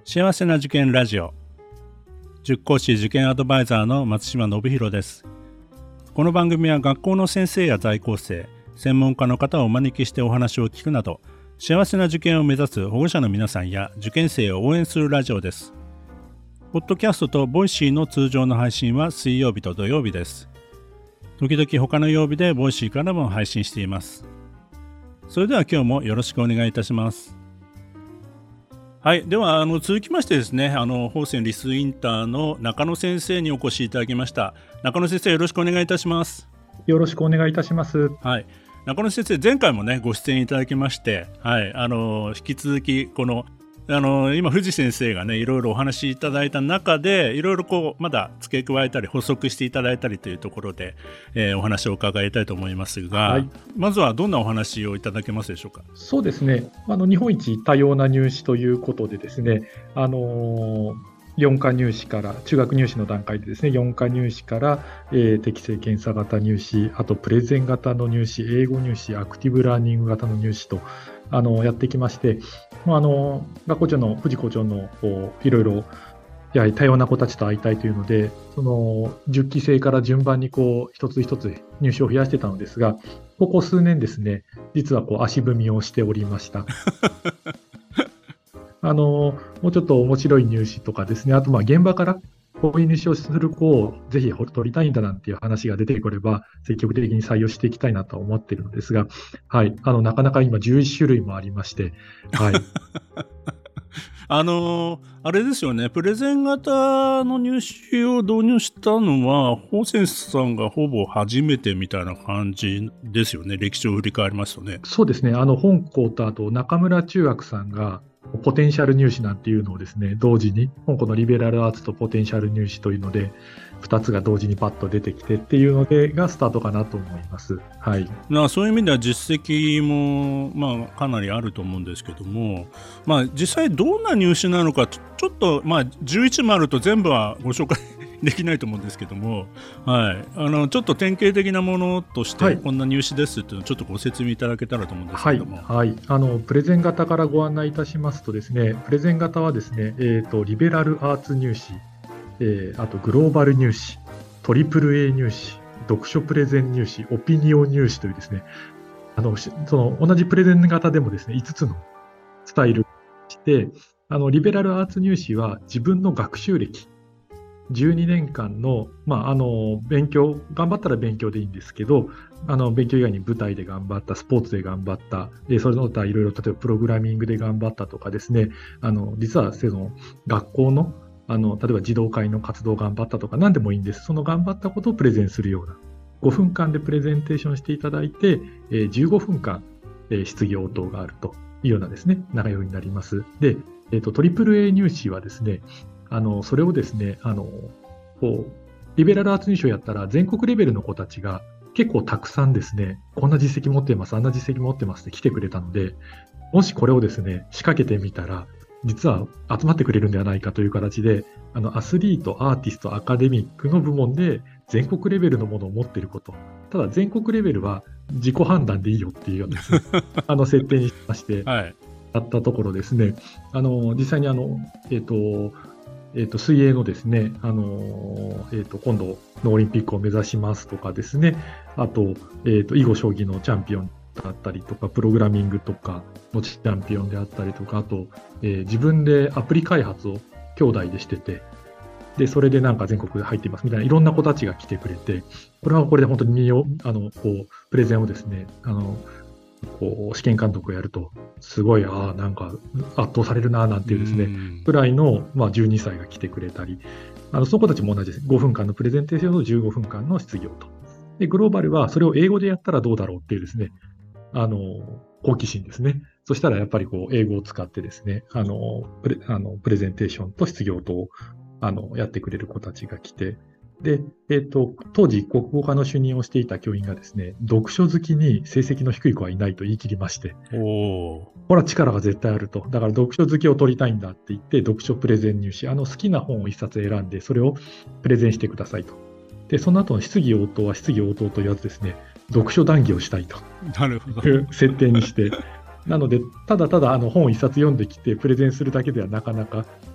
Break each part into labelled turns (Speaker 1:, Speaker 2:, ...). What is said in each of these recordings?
Speaker 1: 幸せな受験ラジオ、塾講師受験アドバイザーの松島信弘です。この番組は学校の先生や在校生、専門家の方をお招きしてお話を聞くなど、幸せな受験を目指す保護者の皆さんや受験生を応援するラジオです。ポッドキャストとボイシーの通常の配信は水曜日と土曜日です。時々他の曜日でボイシーからも配信しています。それでは今日もよろしくお願いいたします。はい、では続きましてですね、法専リスインターの中野先生にお越しいただきました。中野先生、よろしくお願いいたします。
Speaker 2: よろしくお願いいたします。
Speaker 1: はい、中野先生、前回もねご出演いただきまして、はい、引き続きこの今藤先生がねいろいろお話しいただいた中でいろいろこうまだ付け加えたり補足していただいたりというところで、お話を伺いたいと思いますが、はい、まずはどんなお話をいただけますでしょうか。
Speaker 2: そうですね、日本一多様な入試ということでですね、4科入試から中学入試の段階でですね、4科入試から、適正検査型入試、あとプレゼン型の入試、英語入試、アクティブラーニング型の入試とやってきまして、学校長の藤校長のいろいろやはり多様な子たちと会いたいというので、その10期生から順番に一つ一つ入試を増やしてたのですが、ここ数年ですね、実は足踏みをしておりました。もうちょっと面白い入試とかですね、あと現場からこういう入試をする子をぜひ取りたいんだなんていう話が出てくれば積極的に採用していきたいなと思っているのですが、はい、なかなか今11種類もありまして、はい、
Speaker 1: あれですよね、プレゼン型の入試を導入したのは法専さんがほぼ初めてみたいな感じですよね。歴史を振り返りますとね。
Speaker 2: そうですね、本校とあと中村中学さんがポテンシャル入試なんていうのをですね、同時に本校のリベラルアーツとポテンシャル入試というので2つが同時にパッと出てきてっていうのでがスタートかなと思います。はい、
Speaker 1: そういう意味では実績も、かなりあると思うんですけども、実際どんな入試なのかちょっと、11もあると全部はご紹介できないと思うんですけども、はい、ちょっと典型的なものとしてこんな入試ですっていうのをちょっとご説明いただけたらと思うんですけども。
Speaker 2: はいはい、プレゼン型からご案内いたしますとですね、プレゼン型はですね、リベラルアーツ入試、あとグローバル入試、トリプル A 入試、読書プレゼン入試、オピニオン入試というですね、その同じプレゼン型でもですね、5つのスタイルして、リベラルアーツ入試は自分の学習歴、12年間の、勉強、頑張ったら勉強でいいんですけど、勉強以外に舞台で頑張った、スポーツで頑張った、それの他いろいろ、例えばプログラミングで頑張ったとかですね、実はその学校の、例えば児童会の活動を頑張ったとか何でもいいんです。その頑張ったことをプレゼンするような、5分間でプレゼンテーションしていただいて、15分間、質疑応答があるというようなですね、内容になります。で、トリプル A 入試はですね、それをですね、リベラルアーツ入試をやったら全国レベルの子たちが結構たくさんですね、こんな実績持ってます、あんな実績持ってますって来てくれたので、もしこれをですね、仕掛けてみたら、実は集まってくれるんではないかという形で、アスリート、アーティスト、アカデミックの部門で全国レベルのものを持っていること。ただ全国レベルは自己判断でいいよっていうようなですね、設定にしまして、やったところですね、実際に水泳のですね、今度のオリンピックを目指しますとかですね、あと、囲碁将棋のチャンピオンだったりとか、プログラミングとかのチャンピオンであったりとか、あと、自分でアプリ開発を兄弟でしてて、で、それでなんか全国で入っていますみたいないろんな子たちが来てくれて、これはこれで本当にプレゼンをですね、試験監督をやると、すごい、なんか圧倒されるななんていうですね、くらいの、12歳が来てくれたり、その子たちも同じです。5分間のプレゼンテーションの15分間の質疑応答。で、グローバルはそれを英語でやったらどうだろうっていうですね、好奇心ですね。そしたらやっぱり英語を使ってですね、プレゼンテーションと質疑応答をやってくれる子たちが来て、で、当時国語科の主任をしていた教員がですね、読書好きに成績の低い子はいないと言い切りまして、ほら力が絶対あると。だから読書好きを取りたいんだって言って、読書プレゼン入試、好きな本を一冊選んで、それをプレゼンしてくださいと。で、その後の質疑応答は質疑応答と言わずですね、読書談義をしたいという設定にして、なので、ただただ本を一冊読んできてプレゼンするだけではなかなか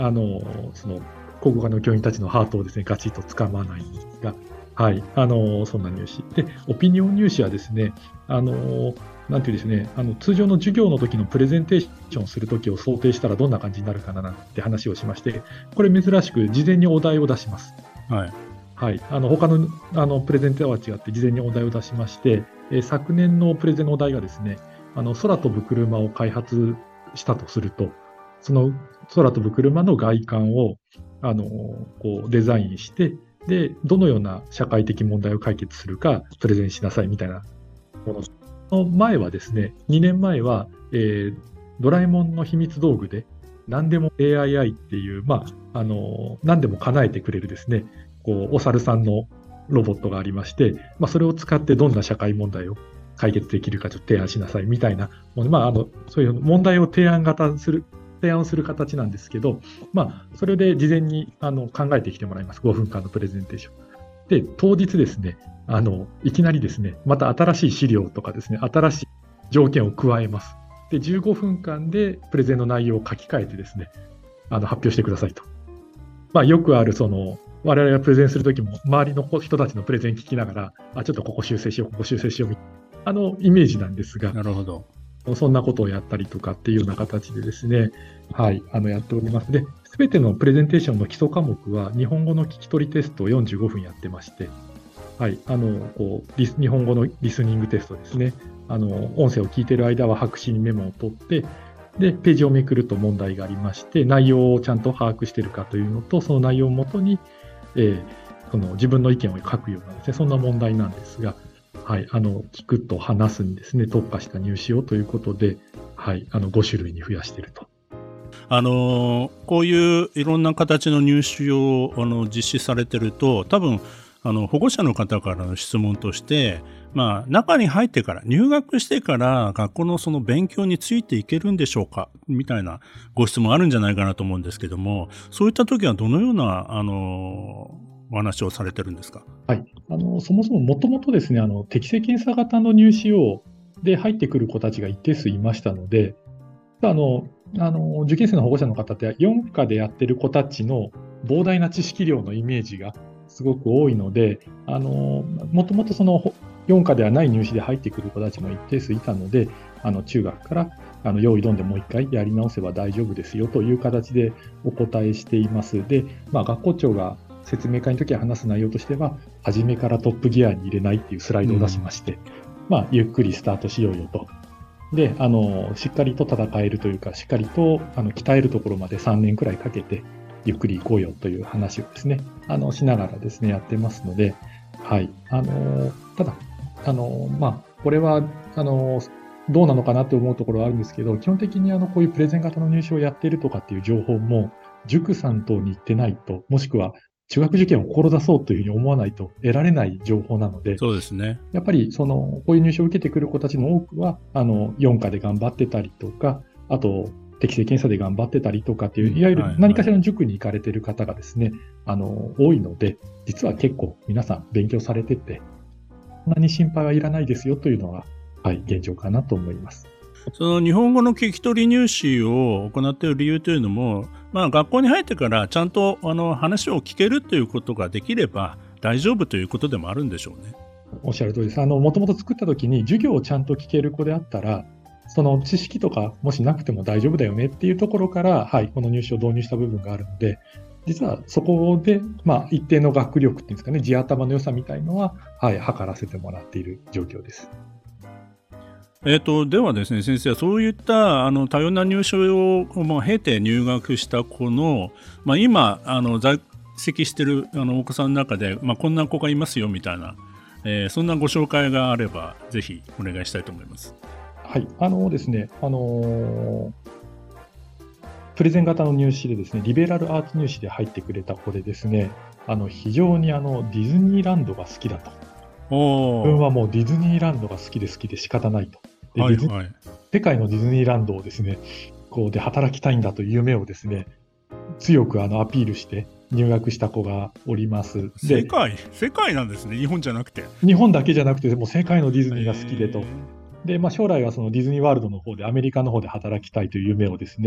Speaker 2: その考古学の教員たちのハートをですね、ガチッと掴まないんですが、はい、そんな入試。で、オピニオン入試はですね、なんていうですね、通常の授業の時のプレゼンテーションする時を想定したらどんな感じになるかななんて話をしまして、これ珍しく事前にお題を出します。
Speaker 1: はい。
Speaker 2: はい、他のプレゼンとは違って事前にお題を出しまして、昨年のプレゼンのお題がですね、空飛ぶ車を開発したとすると、その空飛ぶ車の外観をこうデザインして、でどのような社会的問題を解決するかプレゼンしなさいみたいなもの。その前はですね、2年前は、ドラえもんの秘密道具で何でも AII っていう、何でも叶えてくれるですね、こうお猿さんのロボットがありまして、それを使ってどんな社会問題を解決できるかちょっと提案しなさいみたいな、そういう問題を提案する形なんですけど、それで事前に考えてきてもらいます。5分間のプレゼンテーション。で、当日ですね、いきなりですね、また新しい資料とかですね、新しい条件を加えます。で、15分間でプレゼンの内容を書き換えてですね、発表してくださいと。よくある我々がプレゼンするときも、周りの人たちのプレゼン聞きながら、ちょっとここ修正しよう、ここ修正しようみたいな、イメージなんですが、
Speaker 1: なるほど。
Speaker 2: そんなことをやったりとかっていうような形でですね、はい、やっております。で、すべてのプレゼンテーションの基礎科目は、日本語の聞き取りテストを45分やってまして、はい、日本語のリスニングテストですね、音声を聞いている間は白紙にメモを取って、で、ページをめくると問題がありまして、内容をちゃんと把握しているかというのと、その内容をもとに、その自分の意見を書くようなですね、そんな問題なんですが、はい、聞くと話すにですね、特化した入試をということで、はい、5種類に増やしていると。
Speaker 1: こういういろんな形の入試を実施されてると、多分保護者の方からの質問として、中に入ってから入学してから学校のその勉強についていけるんでしょうかみたいなご質問あるんじゃないかなと思うんですけども、そういった時はどのようなお話をされてるんですか？
Speaker 2: はい、そもそももともとですね、適正検査型の入試で入ってくる子たちが一定数いましたので、受験生の保護者の方って4科でやってる子たちの膨大な知識量のイメージがすごく多いので、もともとその4科ではない入試で入ってくる子たちも一定数いたので、中学から用意どんでもう一回やり直せば大丈夫ですよという形でお答えしています。で、学校長が説明会の時は話す内容としては、初めからトップギアに入れないっていうスライドを出しまして、ゆっくりスタートしようよと。で、しっかりと戦えるというか、しっかりと鍛えるところまで3年くらいかけて、ゆっくり行こうよという話をですね、しながらですね、やってますので、はい。ただ、これは、どうなのかなって思うところはあるんですけど、基本的にこういうプレゼン型の入試をやっているとかっていう情報も、塾さん等に行ってないと、もしくは中学受験を志そうというふうに思わないと得られない情報なので、
Speaker 1: そうですね。
Speaker 2: やっぱりこういう入試を受けてくる子たちの多くは、4科で頑張ってたりとか、あと、適正検査で頑張ってたりとかっていう、いわゆる何かしらの塾に行かれている方がですね、多いので、実は結構皆さん勉強されてて、そんなに心配はいらないですよというのが、はい、現状かなと思います。
Speaker 1: その日本語の聞き取り入試を行っている理由というのも、学校に入ってからちゃんと話を聞けるということができれば大丈夫ということでもあるんでしょうね。
Speaker 2: おっしゃる通りです。もともと作った時に授業をちゃんと聞ける子であったら、その知識とかもしなくても大丈夫だよねっていうところから、はい、この入試を導入した部分があるので、実はそこで、一定の学力っていうんですかね、地頭の良さみたいのは、はい、測らせてもらっている状況です。
Speaker 1: ではですね、先生はそういった多様な入試を経て入学した子の、今在籍しているお子さんの中で、こんな子がいますよみたいな、そんなご紹介があればぜひお願いしたいと思います。
Speaker 2: はい、ですね、プレゼン型の入試でですね、リベラルアーツ入試で入ってくれた子でですね、非常にディズニーランドが好きだと。自分はもうディズニーランドが好きで仕方ないと。で世界のディズニーランドをですね、で働きたいんだという夢をですね、強くアピールして入学した子がおります。
Speaker 1: 世界なんですね、日本じゃなくて。
Speaker 2: 日本だけじゃなくて、もう世界のディズニーが好きでと。で、将来はそのディズニーワールドの方で、アメリカの方で働きたいという夢をですね、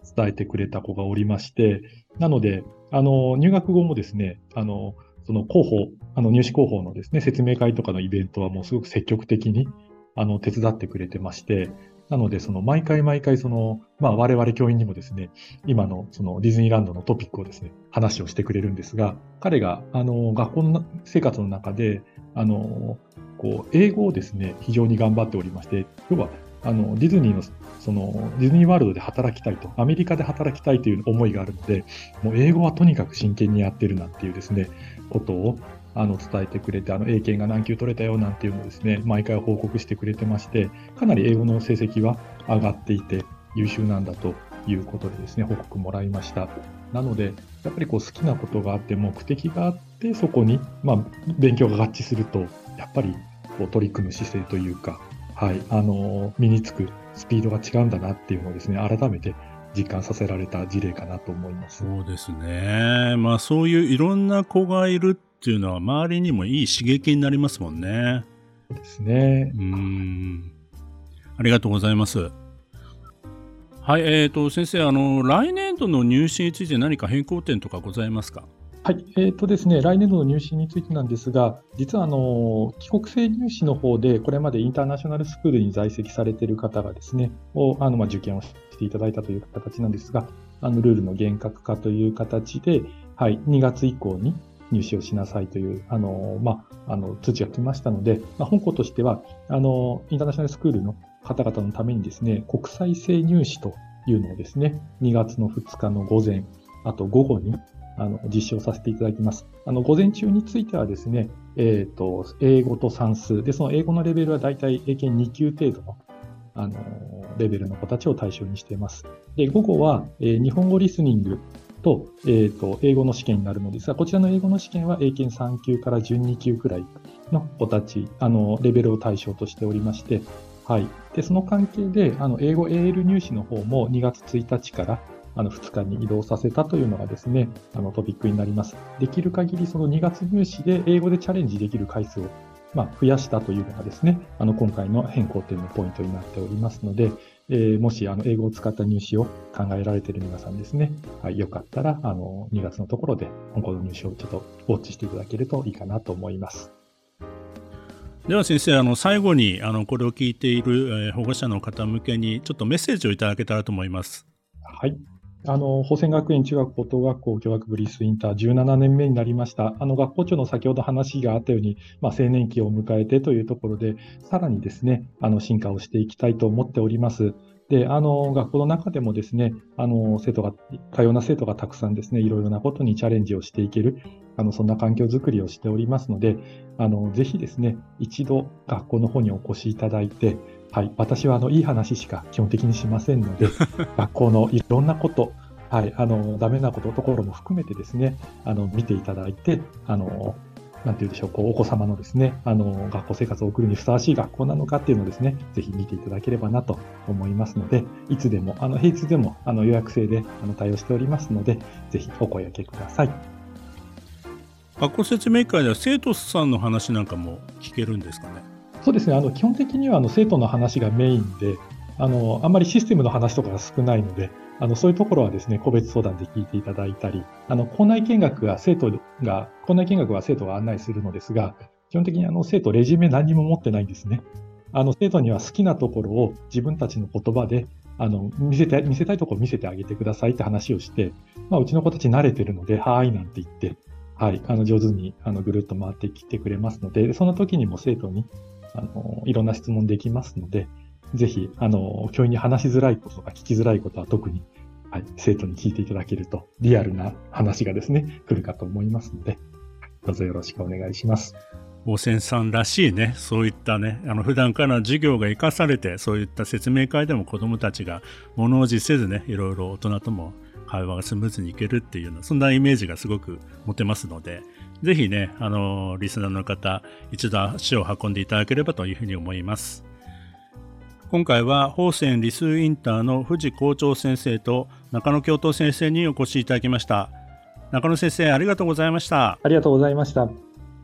Speaker 2: 伝えてくれた子がおりまして、なので、入学後もですね、その入試広報のですね、説明会とかのイベントはもうすごく積極的に、手伝ってくれてまして、なので、毎回毎回、我々教員にもですね、今のそのディズニーランドのトピックをですね、話をしてくれるんですが、彼が、学校の生活の中で、英語をですね、非常に頑張っておりまして、要は、ディズニーの、ディズニーワールドで働きたいと、アメリカで働きたいという思いがあるので、もう英語はとにかく真剣にやってるなんていうですね、ことを、伝えてくれて、英検が何級取れたよなんていうのをですね、毎回報告してくれてまして、かなり英語の成績は上がっていて、優秀なんだということでですね、報告もらいました。なので、やっぱり好きなことがあって、目的があって、そこに、勉強が合致すると、やっぱり取り組む姿勢というか、はい、身につくスピードが違うんだなっていうのをですね、改めて実感させられた事例かなと思います。
Speaker 1: そうですね。そういういろんな子がいるっていうのは周りにもいい刺激になりますもんね。
Speaker 2: そうですね。
Speaker 1: ありがとうございます。はい、先生、来年度の入試について何か変更点とかございますか？
Speaker 2: はい、ですね、来年度の入試についてなんですが、実は帰国生入試の方で、これまでインターナショナルスクールに在籍されている方がですね、受験をしていただいたという形なんですが、ルールの厳格化という形で、はい、2月以降に入試をしなさいという、通知が来ましたので、本校としては、インターナショナルスクールの方々のためにですね、国際生入試というのをですね、2月の2日の午前、あと午後に、実施をさせていただきます。午前中についてはですね、英語と算数で、その英語のレベルはだいたい英検2級程度の、レベルの子たちを対象にしています。で、午後は、日本語リスニングと、英語の試験になるのですが、こちらの英語の試験は英検3級から12級くらいの子たち、レベルを対象としておりまして、はい。で、その関係で、英語 AL 入試の方も2月1日から2日に移動させたというのがですね、トピックになります。できる限りその2月入試で英語でチャレンジできる回数を増やしたというのがですね、今回の変更点のポイントになっておりますので、もし英語を使った入試を考えられている皆さんですね、はい、よかったら2月のところで本校の入試をちょっとウォッチしていただけるといいかなと思います。
Speaker 1: では先生、最後にこれを聞いている、保護者の方向けにちょっとメッセージをいただけたらと思います。
Speaker 2: はい。宝泉学園中学高等学校教学部リスインター17年目になりました。学校長の先ほど話があったように、青年期を迎えてというところで、さらにですね、進化をしていきたいと思っております。で、学校の中でもですね、多様な生徒がたくさんですね、いろいろなことにチャレンジをしていける、そんな環境づくりをしておりますので、ぜひですね、一度学校の方にお越しいただいて、はい、私はいい話しか基本的にしませんので、学校のいろんなこと、はい、ダメなところも含めてですね、見ていただいて、なんていうでしょう、お子様のですね、学校生活を送るにふさわしい学校なのかっていうのをですね、ぜひ見ていただければなと思いますので、いつでも、平日でも予約制で対応しておりますので、ぜひお声掛けください。
Speaker 1: 学校説明会では生徒さんの話なんかも聞けるんですかね？
Speaker 2: そうですね、基本的には生徒の話がメインで、あんまりシステムの話とかが少ないので、そういうところはですね、個別相談で聞いていただいたり、校内見学は生徒が案内するのですが、基本的に生徒レジュメ何も持ってないんですね。生徒には好きなところを自分たちの言葉で、見せたいところを見せてあげてくださいって話をして、うちの子たち慣れてるので、はーいなんて言って、はい、上手にぐるっと回ってきてくれますので、その時にも生徒にいろんな質問できますので、ぜひ、教員に話しづらいこととか聞きづらいことは特に、はい、生徒に聞いていただけると、リアルな話がですね、来るかと思いますので、どうぞよろしくお願いします。
Speaker 1: 宝泉さんらしいね、そういったね、普段から授業が生かされて、そういった説明会でも子どもたちが物おじせずね、いろいろ大人とも会話がスムーズにいけるっていうような、そんなイメージがすごく持てますので、ぜひね、リスナーの方、一度足を運んでいただければというふうに思います。今回は宝泉理数インターの藤校長先生と中野教頭先生にお越しいただきました。中野先生、ありがとうございました。
Speaker 2: ありがとうございました。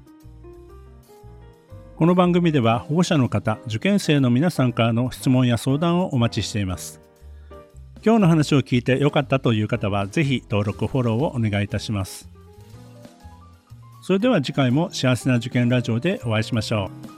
Speaker 1: この番組では保護者の方、受験生の皆さんからの質問や相談をお待ちしています。 今日の話を聞いて良かったという方はぜひ登録フォローをお願いいたします。それでは次回も幸せな受験ラジオでお会いしましょう。